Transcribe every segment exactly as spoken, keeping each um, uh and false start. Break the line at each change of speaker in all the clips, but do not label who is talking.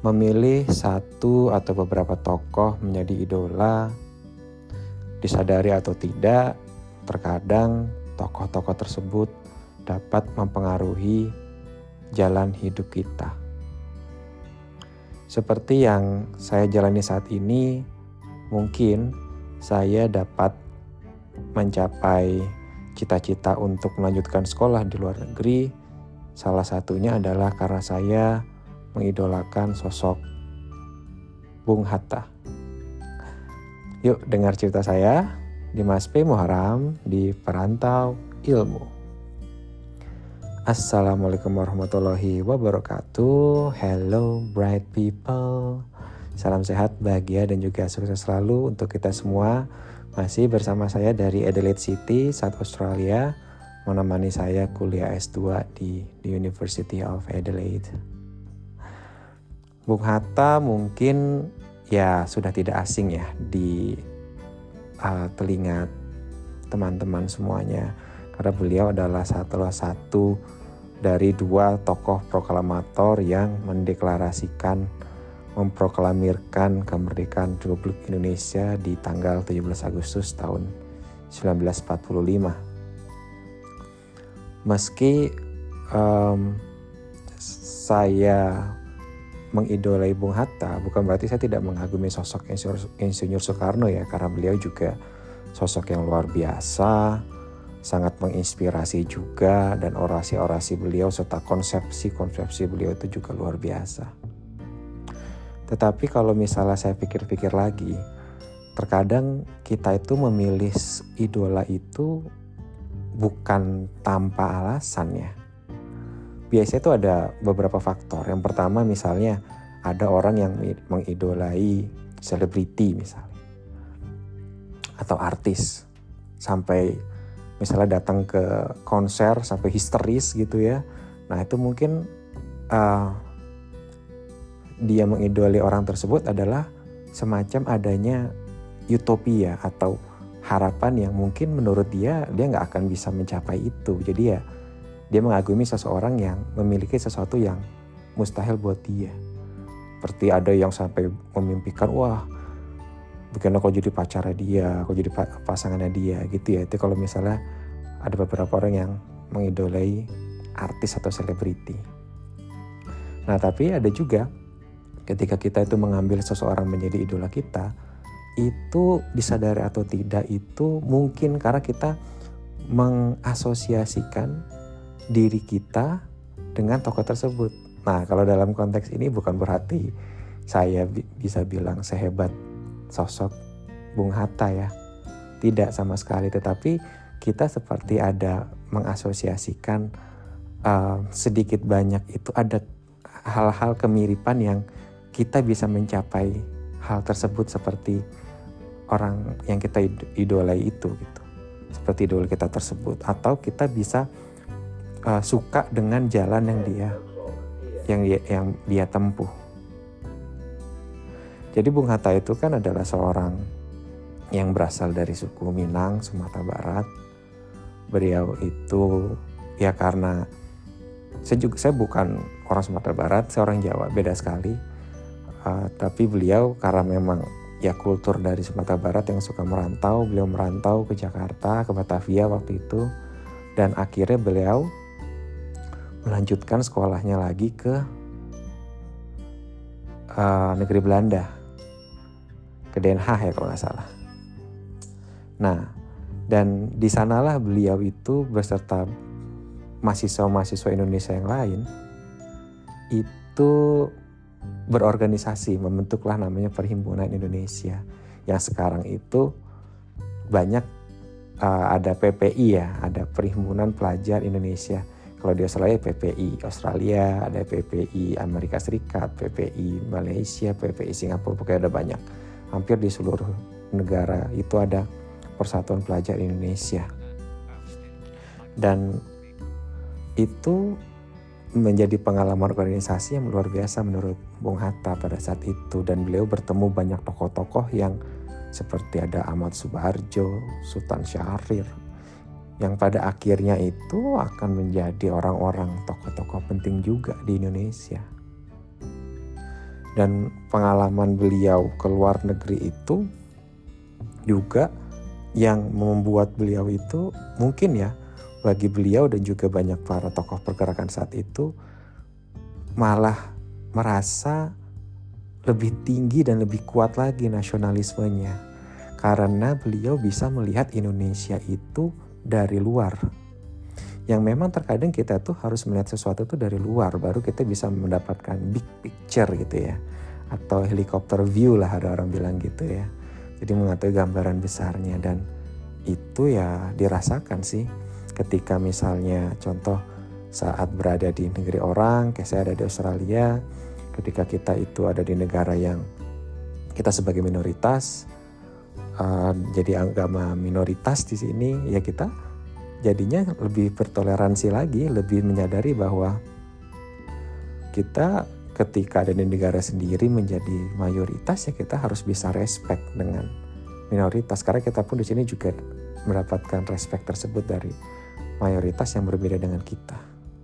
Memilih satu atau beberapa tokoh menjadi idola, disadari atau tidak, terkadang tokoh-tokoh tersebut dapat mempengaruhi jalan hidup kita. Seperti yang saya jalani saat ini, mungkin saya dapat mencapai cita-cita untuk melanjutkan sekolah di luar negeri. Salah satunya adalah karena saya mengidolakan sosok Bung Hatta. Yuk dengar cerita saya, Dimas P. Muharam di Perantau Ilmu. Assalamualaikum warahmatullahi wabarakatuh. Hello bright people. Salam sehat, bahagia, dan juga sukses selalu untuk kita semua. Masih bersama saya dari Adelaide City, South Australia, menemani saya kuliah S dua di the University of Adelaide. Bung Hatta mungkin ya sudah tidak asing ya di uh, telinga teman-teman semuanya, karena beliau adalah satu, satu dari dua tokoh proklamator yang mendeklarasikan, memproklamirkan kemerdekaan Republik Indonesia di tanggal tujuh belas Agustus tahun sembilan belas empat puluh lima. Meski um, saya mengidolai Bung Hatta, bukan berarti saya tidak mengagumi sosok Insinyur Soekarno ya, karena beliau juga sosok yang luar biasa, sangat menginspirasi juga, dan orasi-orasi beliau serta konsepsi-konsepsi beliau itu juga luar biasa. Tetapi kalau misalnya saya pikir-pikir lagi, terkadang kita itu memilih idola itu bukan tanpa alasan ya. Biasanya itu ada beberapa faktor. Yang pertama misalnya ada orang yang mengidolai selebriti misalnya, atau artis, sampai misalnya datang ke konser sampai histeris gitu ya. Nah itu mungkin uh, dia mengidolai orang tersebut adalah semacam adanya utopia atau harapan yang mungkin menurut dia dia nggak akan bisa mencapai itu. Jadi ya dia mengagumi seseorang yang memiliki sesuatu yang mustahil buat dia. Seperti ada yang sampai memimpikan, wah bagaimana kalau jadi pacarnya dia, kalau jadi pasangannya dia gitu ya. Itu kalau misalnya ada beberapa orang yang mengidolai artis atau selebriti. Nah tapi ada juga ketika kita itu mengambil seseorang menjadi idola kita, itu disadari atau tidak itu mungkin karena kita mengasosiasikan diri kita dengan tokoh tersebut. Nah kalau dalam konteks ini bukan berarti saya bi- bisa bilang sehebat sosok Bung Hatta ya. Tidak sama sekali, tetapi kita seperti ada mengasosiasikan uh, sedikit banyak itu ada hal-hal kemiripan yang kita bisa mencapai hal tersebut seperti orang yang kita idolai itu gitu. Seperti idola kita tersebut, atau kita bisa uh, suka dengan jalan yang dia yang dia, yang dia tempuh. Jadi Bung Hatta itu kan adalah seorang yang berasal dari suku Minang, Sumatera Barat. Beliau itu ya karena saya juga saya bukan orang Sumatera Barat, saya orang Jawa, beda sekali. Uh, tapi beliau karena memang ya kultur dari Sumatera Barat yang suka merantau, beliau merantau ke Jakarta, ke Batavia waktu itu, dan akhirnya beliau melanjutkan sekolahnya lagi ke uh, negeri Belanda, ke Den Haag ya kalau nggak salah. Nah, dan di sanalah beliau itu beserta mahasiswa-mahasiswa Indonesia yang lain itu berorganisasi, membentuklah namanya Perhimpunan Indonesia, yang sekarang itu banyak uh, ada P P I ya, ada Perhimpunan Pelajar Indonesia. Kalau di Australia P P I Australia, ada P P I Amerika Serikat, P P I Malaysia, P P I Singapura, pokoknya ada banyak. Hampir di seluruh negara itu ada Persatuan Pelajar Indonesia. Dan itu menjadi pengalaman organisasi yang luar biasa menurut Bung Hatta pada saat itu, dan beliau bertemu banyak tokoh-tokoh yang seperti ada Ahmad Subarjo, Sultan Syahrir, yang pada akhirnya itu akan menjadi orang-orang tokoh-tokoh penting juga di Indonesia. Dan pengalaman beliau ke luar negeri itu juga yang membuat beliau itu mungkin ya, bagi beliau dan juga banyak para tokoh pergerakan saat itu malah merasa lebih tinggi dan lebih kuat lagi nasionalismenya. Karena beliau bisa melihat Indonesia itu dari luar. Yang memang terkadang kita tuh harus melihat sesuatu tuh dari luar, baru kita bisa mendapatkan big picture gitu ya. Atau helikopter view lah ada orang bilang gitu ya. Jadi mengetahui gambaran besarnya, dan itu ya dirasakan sih ketika misalnya contoh saat berada di negeri orang, kayak saya ada di Australia, ketika kita itu ada di negara yang kita sebagai minoritas, uh, jadi agama minoritas di sini, ya kita jadinya lebih bertoleransi lagi, lebih menyadari bahwa kita ketika ada di negara sendiri menjadi mayoritas, ya kita harus bisa respect dengan minoritas, karena kita pun di sini juga mendapatkan respect tersebut dari mayoritas yang berbeda dengan kita.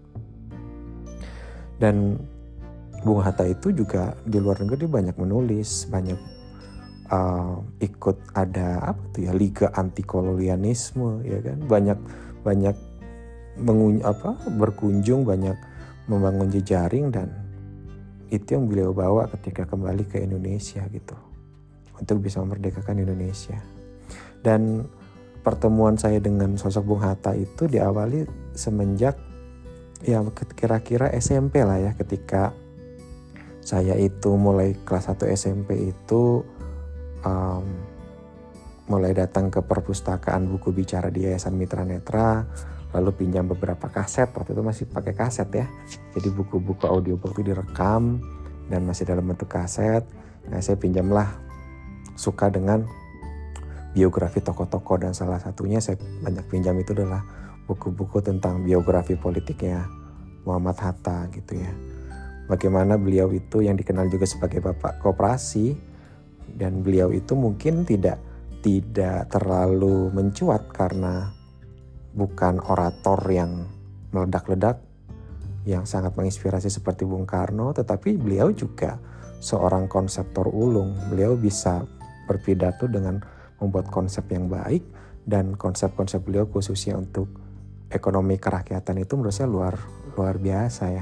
Dan Bung Hatta itu juga di luar negeri banyak menulis, banyak uh, ikut ada apa tuh ya, liga anti kolonialisme ya kan, banyak banyak mengun, apa berkunjung, banyak membangun jejaring, dan itu yang beliau bawa ketika kembali ke Indonesia gitu, untuk bisa memerdekakan Indonesia. Dan pertemuan saya dengan sosok Bung Hatta itu diawali semenjak ya kira-kira S M P lah ya, ketika saya itu mulai kelas satu S M P itu um, mulai datang ke perpustakaan buku bicara di Yayasan Mitra Netra, lalu pinjam beberapa kaset, waktu itu masih pakai kaset ya, jadi buku-buku audiobook itu direkam dan masih dalam bentuk kaset. Nah saya pinjamlah, suka dengan biografi tokoh-tokoh, dan salah satunya saya banyak pinjam itu adalah buku-buku tentang biografi politiknya Muhammad Hatta gitu ya. Bagaimana beliau itu yang dikenal juga sebagai bapak koperasi, dan beliau itu mungkin tidak tidak terlalu mencuat karena bukan orator yang meledak-ledak yang sangat menginspirasi seperti Bung Karno, tetapi beliau juga seorang konseptor ulung. Beliau bisa berpidato dengan membuat konsep yang baik, dan konsep-konsep beliau khususnya untuk ekonomi kerakyatan itu menurut saya luar luar biasa ya.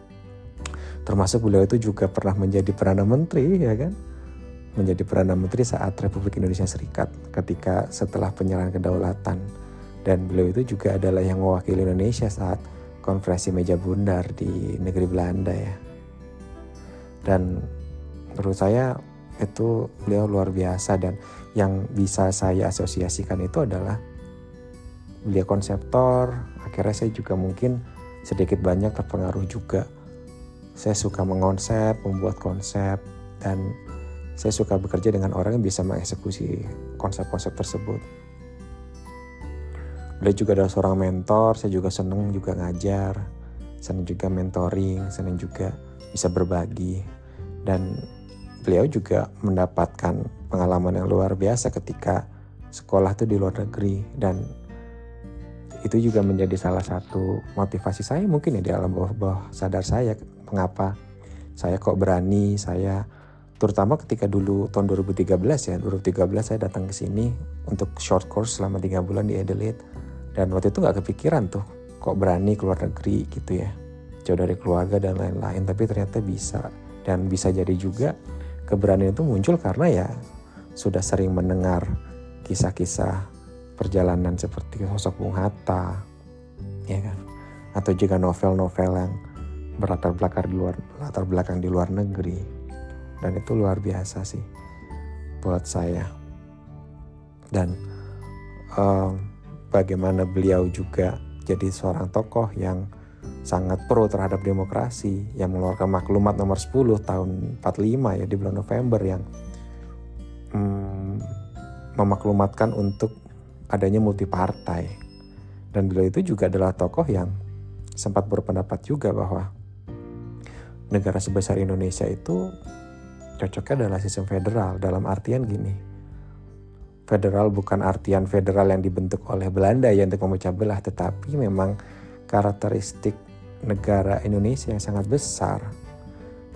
Termasuk beliau itu juga pernah menjadi Perdana Menteri ya kan, menjadi Perdana Menteri saat Republik Indonesia Serikat ketika setelah penyerahan kedaulatan, dan beliau itu juga adalah yang mewakili Indonesia saat konferensi meja bundar di negeri Belanda ya. Dan menurut saya itu beliau luar biasa, dan yang bisa saya asosiasikan itu adalah beliau konseptor. Akhirnya saya juga mungkin sedikit banyak terpengaruh juga. Saya suka mengonsep, membuat konsep, dan saya suka bekerja dengan orang yang bisa mengeksekusi konsep-konsep tersebut. Beliau juga adalah seorang mentor, saya juga senang juga ngajar, senang juga mentoring, senang juga bisa berbagi. Dan beliau juga mendapatkan pengalaman yang luar biasa ketika sekolah tuh di luar negeri, dan itu juga menjadi salah satu motivasi saya mungkin ya di alam bawah-bawah sadar saya, mengapa saya kok berani, saya terutama ketika dulu tahun dua ribu tiga belas ya, dua ribu tiga belas saya datang ke sini untuk short course selama tiga bulan di Adelaide, dan waktu itu nggak kepikiran tuh kok berani keluar negeri gitu ya, jauh dari keluarga dan lain-lain, tapi ternyata bisa. Dan bisa jadi juga keberanian itu muncul karena ya sudah sering mendengar kisah-kisah perjalanan seperti sosok Bung Hatta ya kan, atau juga novel-novel yang berlatar belakang di luar latar belakang di luar negeri, dan itu luar biasa sih buat saya. Dan um, bagaimana beliau juga jadi seorang tokoh yang sangat pro terhadap demokrasi, yang mengeluarkan maklumat nomor sepuluh tahun empat puluh lima ya di bulan November, yang um, memaklumatkan untuk adanya multipartai. Dan beliau itu juga adalah tokoh yang sempat berpendapat juga bahwa negara sebesar Indonesia itu cocoknya adalah sistem federal, dalam artian gini, federal bukan artian federal yang dibentuk oleh Belanda ya untuk memecah belah, tetapi memang karakteristik negara Indonesia yang sangat besar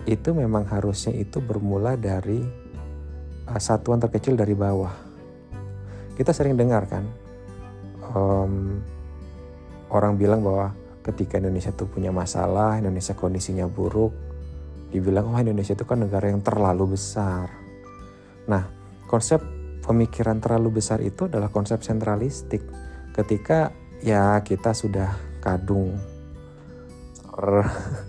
itu memang harusnya itu bermula dari uh, satuan terkecil dari bawah. Kita sering dengar kan, um, orang bilang bahwa ketika Indonesia itu punya masalah, Indonesia kondisinya buruk, dibilang wah Indonesia itu kan negara yang terlalu besar. Nah, konsep pemikiran terlalu besar itu adalah konsep sentralistik. Ketika ya kita sudah kadung ter,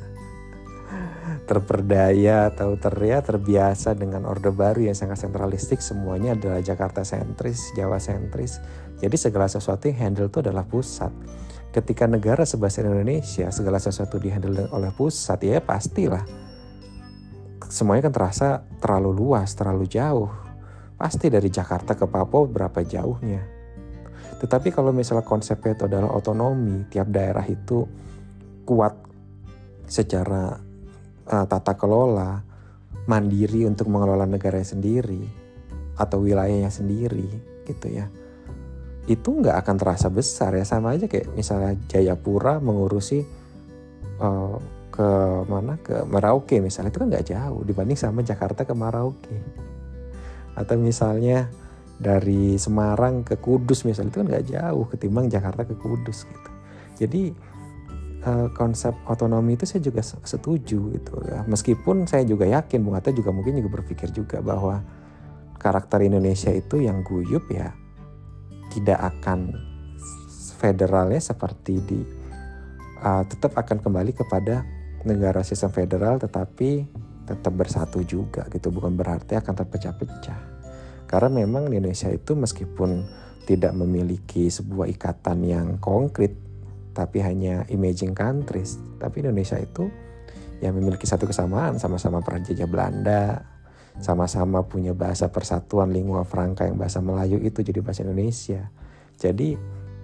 terperdaya atau ter, ya, terbiasa dengan orde baru yang sangat sentralistik, semuanya adalah Jakarta sentris, Jawa sentris. Jadi segala sesuatu yang handle itu adalah pusat. Ketika negara sebahasa Indonesia segala sesuatu dihandle oleh pusat, ya pastilah semuanya kan terasa terlalu luas, terlalu jauh. Pasti dari Jakarta ke Papua berapa jauhnya. Tetapi kalau misalnya konsepnya itu adalah otonomi, tiap daerah itu kuat secara uh, tata kelola, mandiri untuk mengelola negaranya sendiri atau wilayahnya sendiri gitu ya. Itu nggak akan terasa besar ya, sama aja kayak misalnya Jayapura mengurusi uh, ke mana ke Merauke misalnya, itu kan nggak jauh dibanding sama Jakarta ke Merauke. Atau misalnya dari Semarang ke Kudus misalnya, itu kan nggak jauh ketimbang Jakarta ke Kudus gitu. Jadi uh, konsep otonomi itu saya juga setuju gitu ya. Meskipun saya juga yakin Bung Hatta juga mungkin juga berpikir juga bahwa karakter Indonesia itu yang guyup ya tidak akan federalnya seperti di uh, tetap akan kembali kepada negara sistem federal, tetapi tetap bersatu juga gitu, bukan berarti akan terpecah-pecah. Karena memang Indonesia itu meskipun tidak memiliki sebuah ikatan yang konkret, tapi hanya imaging countries, tapi Indonesia itu ya memiliki satu kesamaan, sama-sama pernah dijajah Belanda, sama-sama punya bahasa persatuan lingua franca yang bahasa Melayu itu jadi bahasa Indonesia. Jadi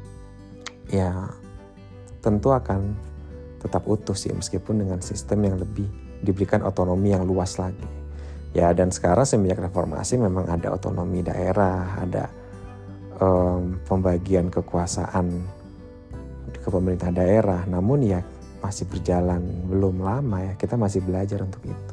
ya tentu akan tetap utuh sih, meskipun dengan sistem yang lebih diberikan otonomi yang luas lagi. Ya, dan sekarang semenjak reformasi memang ada otonomi daerah, ada um, pembagian kekuasaan ke pemerintah daerah. Namun ya masih berjalan belum lama ya, kita masih belajar untuk itu.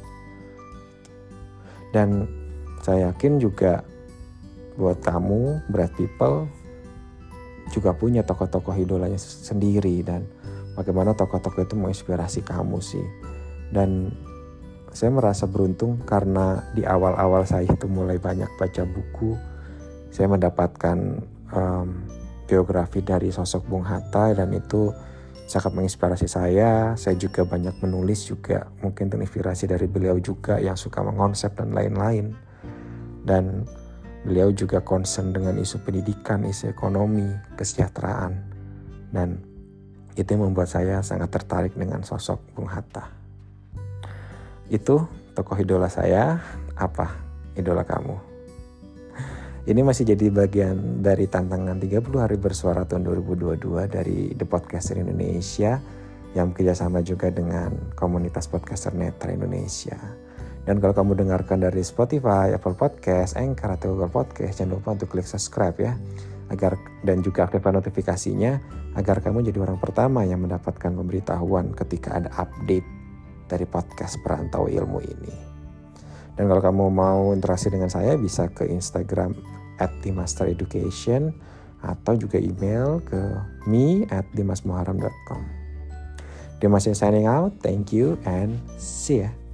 Dan saya yakin juga buat kamu, Bright People, juga punya tokoh-tokoh idolanya sendiri, dan bagaimana tokoh-tokoh itu menginspirasi kamu sih. Dan saya merasa beruntung karena di awal-awal saya itu mulai banyak baca buku, saya mendapatkan um, biografi dari sosok Bung Hatta, dan itu sangat menginspirasi saya. Saya juga banyak menulis juga, mungkin terinspirasi dari beliau juga yang suka mengonsep dan lain-lain. Dan beliau juga concern dengan isu pendidikan, isu ekonomi, kesejahteraan. Dan itu yang membuat saya sangat tertarik dengan sosok Bung Hatta. Itu tokoh idola saya. Apa idola kamu? Ini masih jadi bagian dari tantangan tiga puluh hari bersuara tahun dua ribu dua puluh dua dari The Podcaster Indonesia yang bekerjasama juga dengan komunitas podcaster netra Indonesia. Dan kalau kamu dengarkan dari Spotify, Apple Podcast, Anchor atau Google Podcast, jangan lupa untuk klik subscribe ya, agar dan juga aktifkan notifikasinya agar kamu jadi orang pertama yang mendapatkan pemberitahuan ketika ada update dari podcast Perantau Ilmu ini. Dan kalau kamu mau interaksi dengan saya, bisa ke Instagram at dimaster education atau juga email ke me at dimasmuharam dot com. Dimas signing out, thank you and see ya.